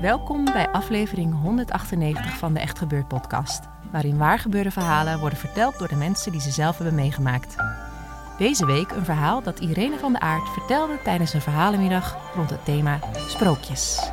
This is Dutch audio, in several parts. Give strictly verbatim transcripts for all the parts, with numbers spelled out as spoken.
Welkom bij aflevering honderdachtennegentig van de Echt Gebeurd podcast, waarin waargebeurde verhalen worden verteld door de mensen die ze zelf hebben meegemaakt. Deze week een verhaal dat Irene van der Aart vertelde tijdens een verhalenmiddag rond het thema sprookjes.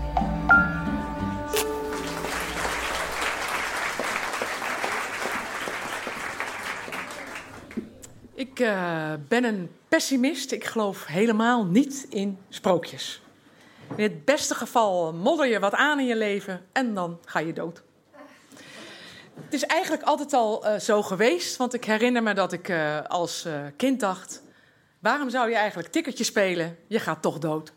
Ik uh, ben een pessimist. Ik geloof helemaal niet in sprookjes. In het beste geval modder je wat aan in je leven en dan ga je dood. Het is eigenlijk altijd al uh, zo geweest, want ik herinner me dat ik uh, als uh, kind dacht: waarom zou je eigenlijk tikkertje spelen? Je gaat toch dood.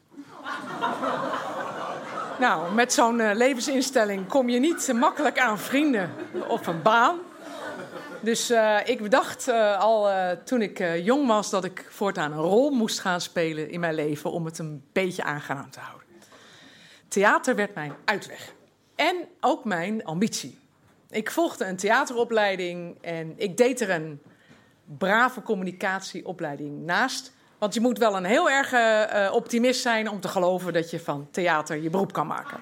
Nou, met zo'n uh, levensinstelling kom je niet uh, makkelijk aan vrienden of een baan. Dus uh, ik bedacht uh, al uh, toen ik uh, jong was dat ik voortaan een rol moest gaan spelen in mijn leven om het een beetje aangenaam te houden. Theater werd mijn uitweg. En ook mijn ambitie. Ik volgde een theateropleiding en ik deed er een brave communicatieopleiding naast. Want je moet wel een heel erg uh, optimist zijn om te geloven dat je van theater je beroep kan maken.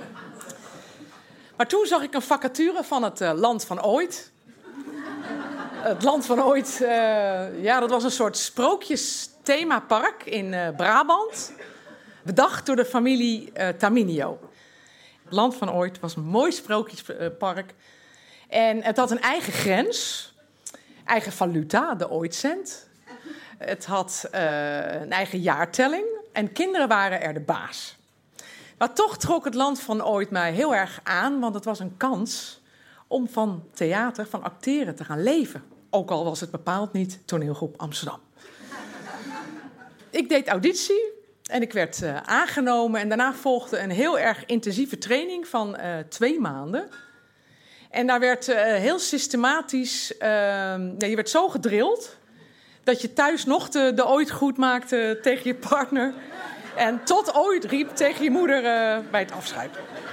Maar toen zag ik een vacature van het uh, Land van Ooit. Het Land van Ooit, uh, ja, dat was een soort sprookjes-themapark in uh, Brabant. Bedacht door de familie uh, Taminio. Het Land van Ooit was een mooi sprookjespark. En het had een eigen grens, eigen valuta, de Ooitcent. Het had uh, een eigen jaartelling en kinderen waren er de baas. Maar toch trok het Land van Ooit mij heel erg aan, want het was een kans om van theater, van acteren te gaan leven. Ook al was het bepaald niet Toneelgroep Amsterdam. Ik deed auditie en ik werd uh, aangenomen. En daarna volgde een heel erg intensieve training van uh, twee maanden. En daar werd uh, heel systematisch... Uh, ja, je werd zo gedrild dat je thuis nog de, de ooit goed maakte tegen je partner. En tot ooit riep tegen je moeder uh, bij het afscheid.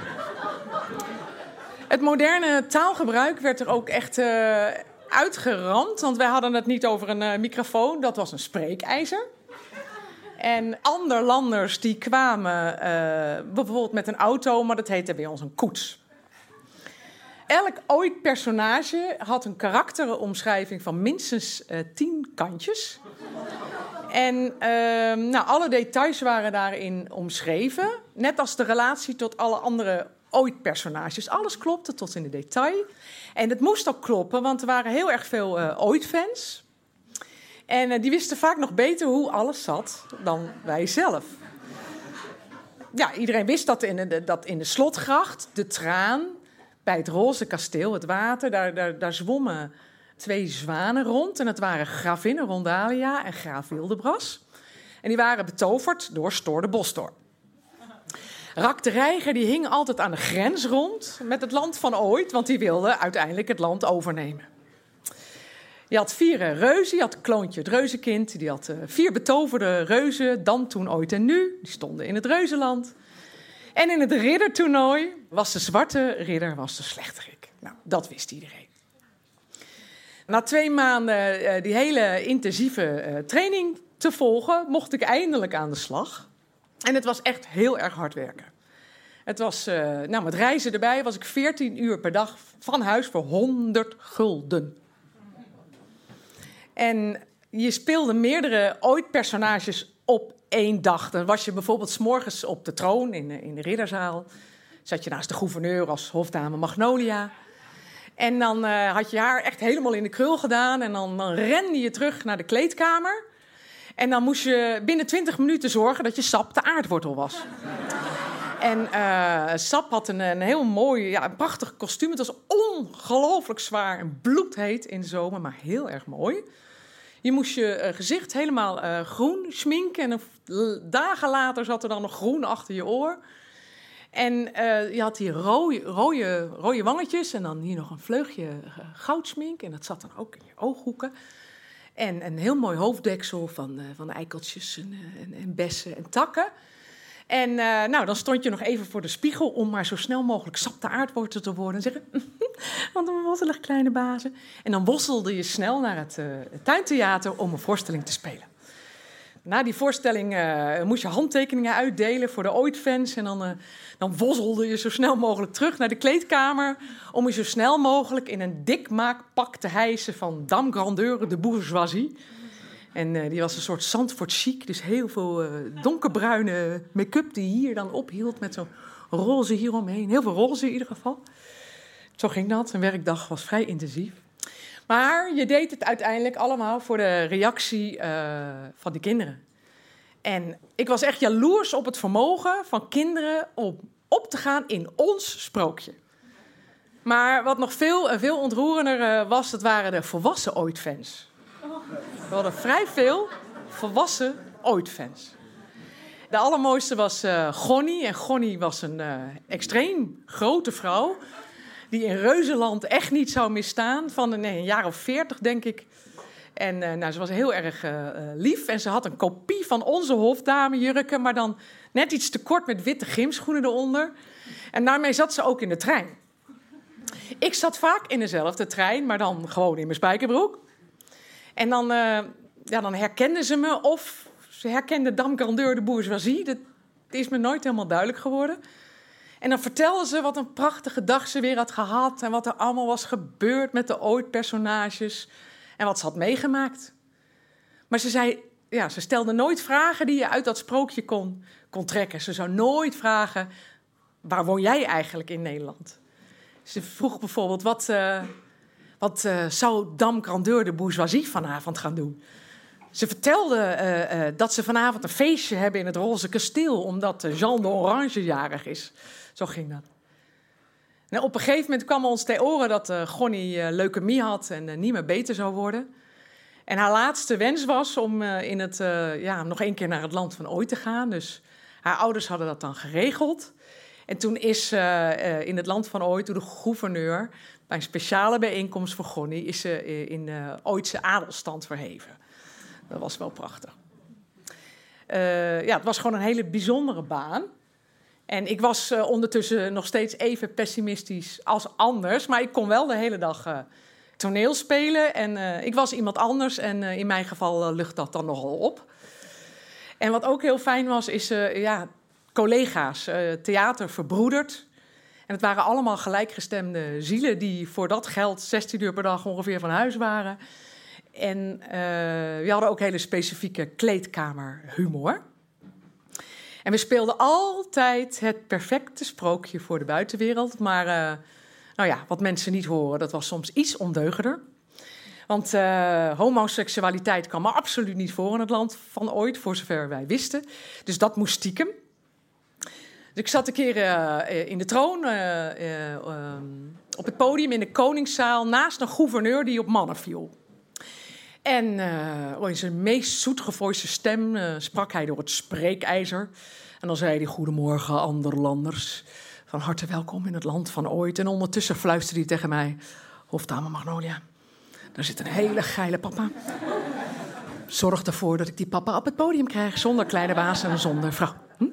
Het moderne taalgebruik werd er ook echt uh, uitgeramd. Want wij hadden het niet over een uh, microfoon, dat was een spreekijzer. En anderlanders die kwamen uh, bijvoorbeeld met een auto, maar dat heette bij ons een koets. Elk ooit personage had een karakteromschrijving van minstens uh, tien kantjes. En uh, nou, alle details waren daarin omschreven. Net als de relatie tot alle andere ooit-personages. Alles klopte tot in de detail. En het moest ook kloppen, want er waren heel erg veel uh, ooit-fans. En uh, die wisten vaak nog beter hoe alles zat dan wij zelf. Ja, iedereen wist dat in de, dat in de slotgracht, de Traan, bij het Roze Kasteel, het water, daar, daar, daar zwommen twee zwanen rond. En dat waren gravinne Rondalia en graaf Wildebras. En die waren betoverd door Stoor de Bostor. Rak de Reiger die hing altijd aan de grens rond met het Land van Ooit, want die wilde uiteindelijk het land overnemen. Je had vier reuzen, je had Kloontje het reuzenkind, die had uh, vier betoverde reuzen, dan, toen, ooit en nu. Die stonden in het reuzenland. En in het riddertoernooi was de zwarte ridder was de slechterik. Nou, dat wist iedereen. Na twee maanden uh, die hele intensieve uh, training te volgen, mocht ik eindelijk aan de slag. En het was echt heel erg hard werken. Het was, uh, nou, met reizen erbij was ik veertien uur per dag van huis voor honderd gulden. En je speelde meerdere ooit-personages op één dag. Dan was je bijvoorbeeld 's morgens op de troon in de, in de ridderzaal. Zat je naast de gouverneur als hofdame Magnolia. En dan uh, had je haar echt helemaal in de krul gedaan. En dan, dan rende je terug naar de kleedkamer. En dan moest je binnen twintig minuten zorgen dat je Sap de aardwortel was. En uh, Sap had een, een heel mooi, ja, een prachtig kostuum. Het was ongelooflijk zwaar en bloedheet in de zomer, maar heel erg mooi. Je moest je uh, gezicht helemaal uh, groen schminken. En uh, dagen later zat er dan nog groen achter je oor. En uh, je had hier rode, rode, rode wangetjes en dan hier nog een vleugje uh, goudsmink. En dat zat dan ook in je ooghoeken. En een heel mooi hoofddeksel van, uh, van eikeltjes en, uh, en, en bessen en takken. En uh, nou, dan stond je nog even voor de spiegel om maar zo snel mogelijk Sap de aardwortel te worden. En zeggen, want een wozzelig kleine bazen. En dan wosselde je snel naar het, uh, het tuintheater om een voorstelling te spelen. na die voorstelling uh, moest je handtekeningen uitdelen voor de Ooit-fans. En dan, uh, dan wozzelde je zo snel mogelijk terug naar de kleedkamer... om je zo snel mogelijk in een dikmaakpak te hijsen van Dame Grandeur de Bourgeoisie. En uh, die was een soort Zandvoort chic, dus heel veel uh, donkerbruine make-up... die hier dan ophield met zo'n roze hieromheen. Heel veel roze in ieder geval. Zo ging dat. Een werkdag was vrij intensief. Maar je deed het uiteindelijk allemaal voor de reactie uh, van de kinderen. En ik was echt jaloers op het vermogen van kinderen om op te gaan in ons sprookje. Maar wat nog veel, veel ontroerender uh, was, dat waren de volwassen Ooit-fans. We hadden vrij veel volwassen Ooit-fans. De allermooiste was uh, Gonnie. En Gonnie was een uh, extreem grote vrouw... die in Reuzenland echt niet zou misstaan. Van nee, een jaar of veertig, denk ik. En uh, nou, ze was heel erg uh, lief. En ze had een kopie van onze hofdamejurken... maar dan net iets te kort met witte gymschoenen eronder. En daarmee zat ze ook in de trein. Ik zat vaak in dezelfde trein, maar dan gewoon in mijn spijkerbroek. En dan, uh, ja, dan herkenden ze me of ze herkenden Dame Grandeur de Bourgeoisie. Dat is me nooit helemaal duidelijk geworden. En dan vertelde ze wat een prachtige dag ze weer had gehad... en wat er allemaal was gebeurd met de Ooit-personages... en wat ze had meegemaakt. Maar ze zei, ja, ze stelde nooit vragen die je uit dat sprookje kon, kon trekken. Ze zou nooit vragen, waar woon jij eigenlijk in Nederland? Ze vroeg bijvoorbeeld, wat, uh, wat uh, zou Dame Grandeur de Bourgeoisie vanavond gaan doen? Ze vertelde uh, uh, dat ze vanavond een feestje hebben in het Roze Kasteel... omdat uh, Jean d'Orange jarig is. Zo ging dat. En op een gegeven moment kwam ons ter oren dat uh, Gonnie uh, leukemie had... en uh, niet meer beter zou worden. En haar laatste wens was om uh, in het, uh, ja, nog één keer naar het land van Ooit te gaan. Dus haar ouders hadden dat dan geregeld. En toen is uh, uh, in het land van Ooit, door de gouverneur... bij een speciale bijeenkomst voor Gonnie... is ze uh, in uh, Ooitse adelstand verheven. Dat was wel prachtig. Uh, ja, het was gewoon een hele bijzondere baan. En ik was uh, ondertussen nog steeds even pessimistisch als anders. Maar ik kon wel de hele dag uh, toneel spelen. En uh, ik was iemand anders. En uh, in mijn geval uh, lucht dat dan nogal op. En wat ook heel fijn was, is uh, ja, collega's. Uh, theater verbroederd. En het waren allemaal gelijkgestemde zielen... die voor dat geld zestien uur per dag ongeveer van huis waren... En uh, we hadden ook hele specifieke kleedkamerhumor. En we speelden altijd het perfecte sprookje voor de buitenwereld. Maar uh, nou ja, wat mensen niet horen, dat was soms iets ondeugender. Want uh, homoseksualiteit kwam er absoluut niet voor in het land van Ooit, voor zover wij wisten. Dus dat moest stiekem. Dus ik zat een keer uh, in de troon, uh, uh, um, op het podium in de Koningszaal... naast een gouverneur die op mannen viel. En uh, in zijn meest zoetgevoiste stem uh, sprak hij door het spreekijzer. En dan zei hij, goedemorgen, anderlanders. Van harte welkom in het land van Ooit. En ondertussen fluisterde hij tegen mij... Hofdame Magnolia, daar zit een hele geile papa. Zorg ervoor dat ik die papa op het podium krijg... zonder kleine baas en zonder vrouw. Hm?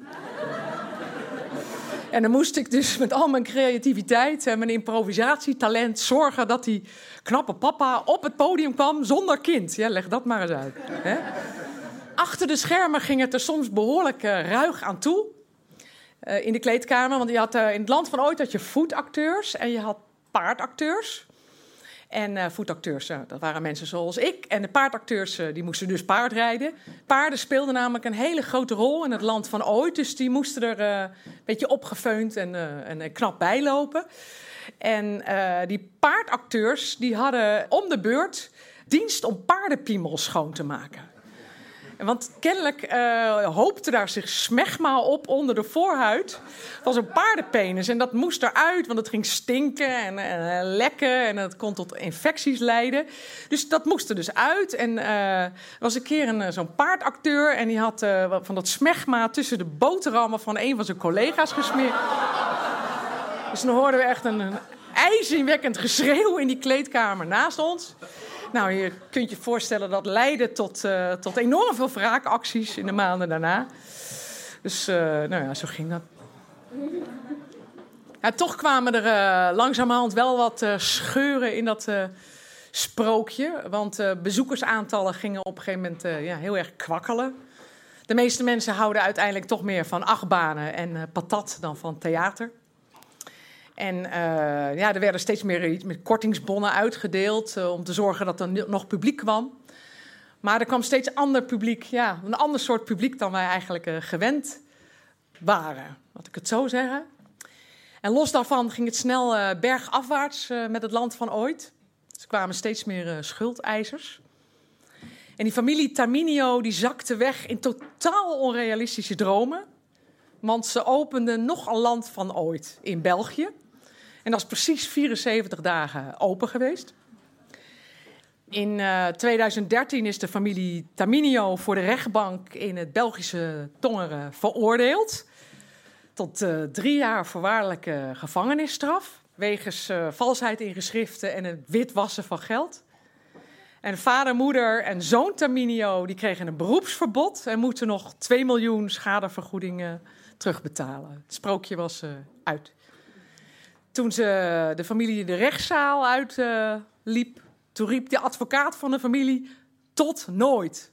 En dan moest ik dus met al mijn creativiteit en mijn improvisatietalent... zorgen dat die knappe papa op het podium kwam zonder kind. Ja, leg dat maar eens uit. Hè? Achter de schermen ging het er soms behoorlijk uh, ruig aan toe. Uh, in de kleedkamer, want je had, uh, in het land van Ooit had je voetacteurs en je had paardacteurs. En uh, voetacteurs, uh, dat waren mensen zoals ik. En de paardacteurs, uh, die moesten dus paardrijden. Paarden speelden namelijk een hele grote rol in het land van Ooit. Dus die moesten er uh, een beetje opgefeund en, uh, en uh, knap bijlopen. En uh, die paardacteurs, die hadden om de beurt dienst om paardenpiemels schoon te maken. Want kennelijk uh, hoopte daar zich smegma op onder de voorhuid van zo'n paardenpenis. En dat moest eruit, want het ging stinken en, en uh, lekken en het kon tot infecties leiden. Dus dat moest er dus uit. En uh, er was een keer een, zo'n paardacteur en die had uh, van dat smegma tussen de boterhammen van een van zijn collega's gesmeerd. Dus dan hoorden we echt een, een ijzingwekkend geschreeuw in die kleedkamer naast ons. Nou, je kunt je voorstellen dat leidde tot, uh, tot enorm veel wraakacties in de maanden daarna. Dus, uh, nou ja, zo ging dat. Ja, toch kwamen er uh, langzamerhand wel wat uh, scheuren in dat uh, sprookje. Want uh, bezoekersaantallen gingen op een gegeven moment uh, ja, heel erg kwakkelen. De meeste mensen houden uiteindelijk toch meer van achtbanen en uh, patat dan van theater. En uh, ja, er werden steeds meer met kortingsbonnen uitgedeeld uh, om te zorgen dat er nog publiek kwam. Maar er kwam steeds ander publiek, ja, een ander soort publiek dan wij eigenlijk uh, gewend waren, laat ik het zo zeggen. En los daarvan ging het snel uh, bergafwaarts uh, met het Land van Ooit. Dus er kwamen steeds meer uh, schuldeisers. En die familie Taminio die zakte weg in totaal onrealistische dromen. Want ze openden nog een Land van Ooit in België. En dat is precies vierenzeventig dagen open geweest. In uh, tweeduizend dertien is de familie Taminio voor de rechtbank in het Belgische Tongeren veroordeeld. Tot uh, drie jaar voorwaardelijke gevangenisstraf. Wegens uh, valsheid in geschriften en het witwassen van geld. En vader, moeder en zoon Taminio die kregen een beroepsverbod en moeten nog twee miljoen schadevergoedingen terugbetalen. Het sprookje was uh, uit. Toen ze de familie de rechtszaal uitliep, uh, toen riep de advocaat van de familie tot nooit.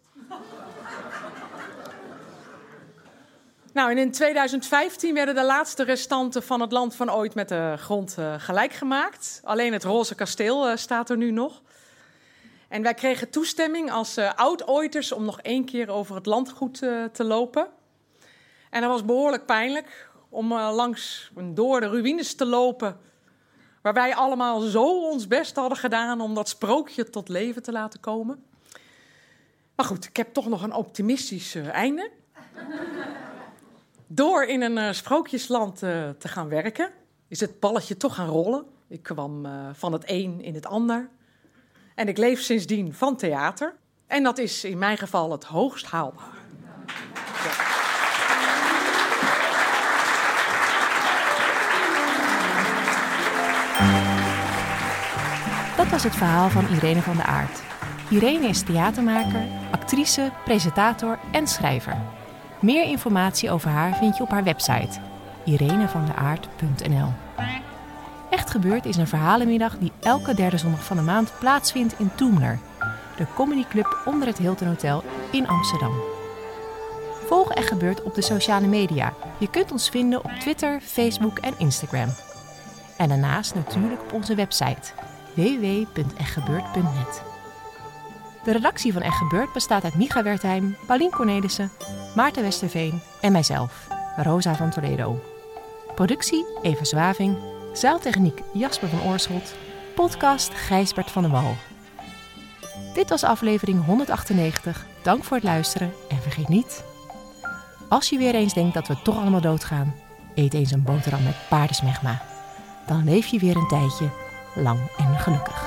Nou, en in tweeduizend vijftien werden de laatste restanten van het Land van Ooit met de grond uh, gelijk gemaakt. Alleen het Roze Kasteel uh, staat er nu nog. En wij kregen toestemming als uh, oud-Ooiters om nog één keer over het landgoed uh, te lopen. En dat was behoorlijk pijnlijk om uh, langs door de ruïnes te lopen, waar wij allemaal zo ons best hadden gedaan om dat sprookje tot leven te laten komen. Maar goed, ik heb toch nog een optimistisch uh, einde. Door in een uh, sprookjesland uh, te gaan werken, is het balletje toch gaan rollen. Ik kwam uh, van het een in het ander. En ik leef sindsdien van theater. En dat is in mijn geval het hoogst haalbaar. Ja. Dat was het verhaal van Irene van der Aart. Irene is theatermaker, actrice, presentator en schrijver. Meer informatie over haar vind je op haar website irene van der aart punt n l. Echt Gebeurd is een verhalenmiddag die elke derde zondag van de maand plaatsvindt in Toemler, de comedyclub onder het Hilton Hotel in Amsterdam. Volg Echt Gebeurd op de sociale media. Je kunt ons vinden op Twitter, Facebook en Instagram. En daarnaast natuurlijk op onze website w w w punt echt gebeurd punt net. De redactie van Echt Gebeurd bestaat uit Micha Wertheim, Paulien Cornelissen, Maarten Westerveen en mijzelf, Rosa van Toledo. Productie Eva Zwaving, zaaltechniek Jasper van Oorschot, podcast Gijsbert van der Wal. Dit was aflevering honderdachtennegentig. Dank voor het luisteren en vergeet niet, als je weer eens denkt dat we toch allemaal doodgaan, eet eens een boterham met paardensmegma. Dan leef je weer een tijdje lang en gelukkig.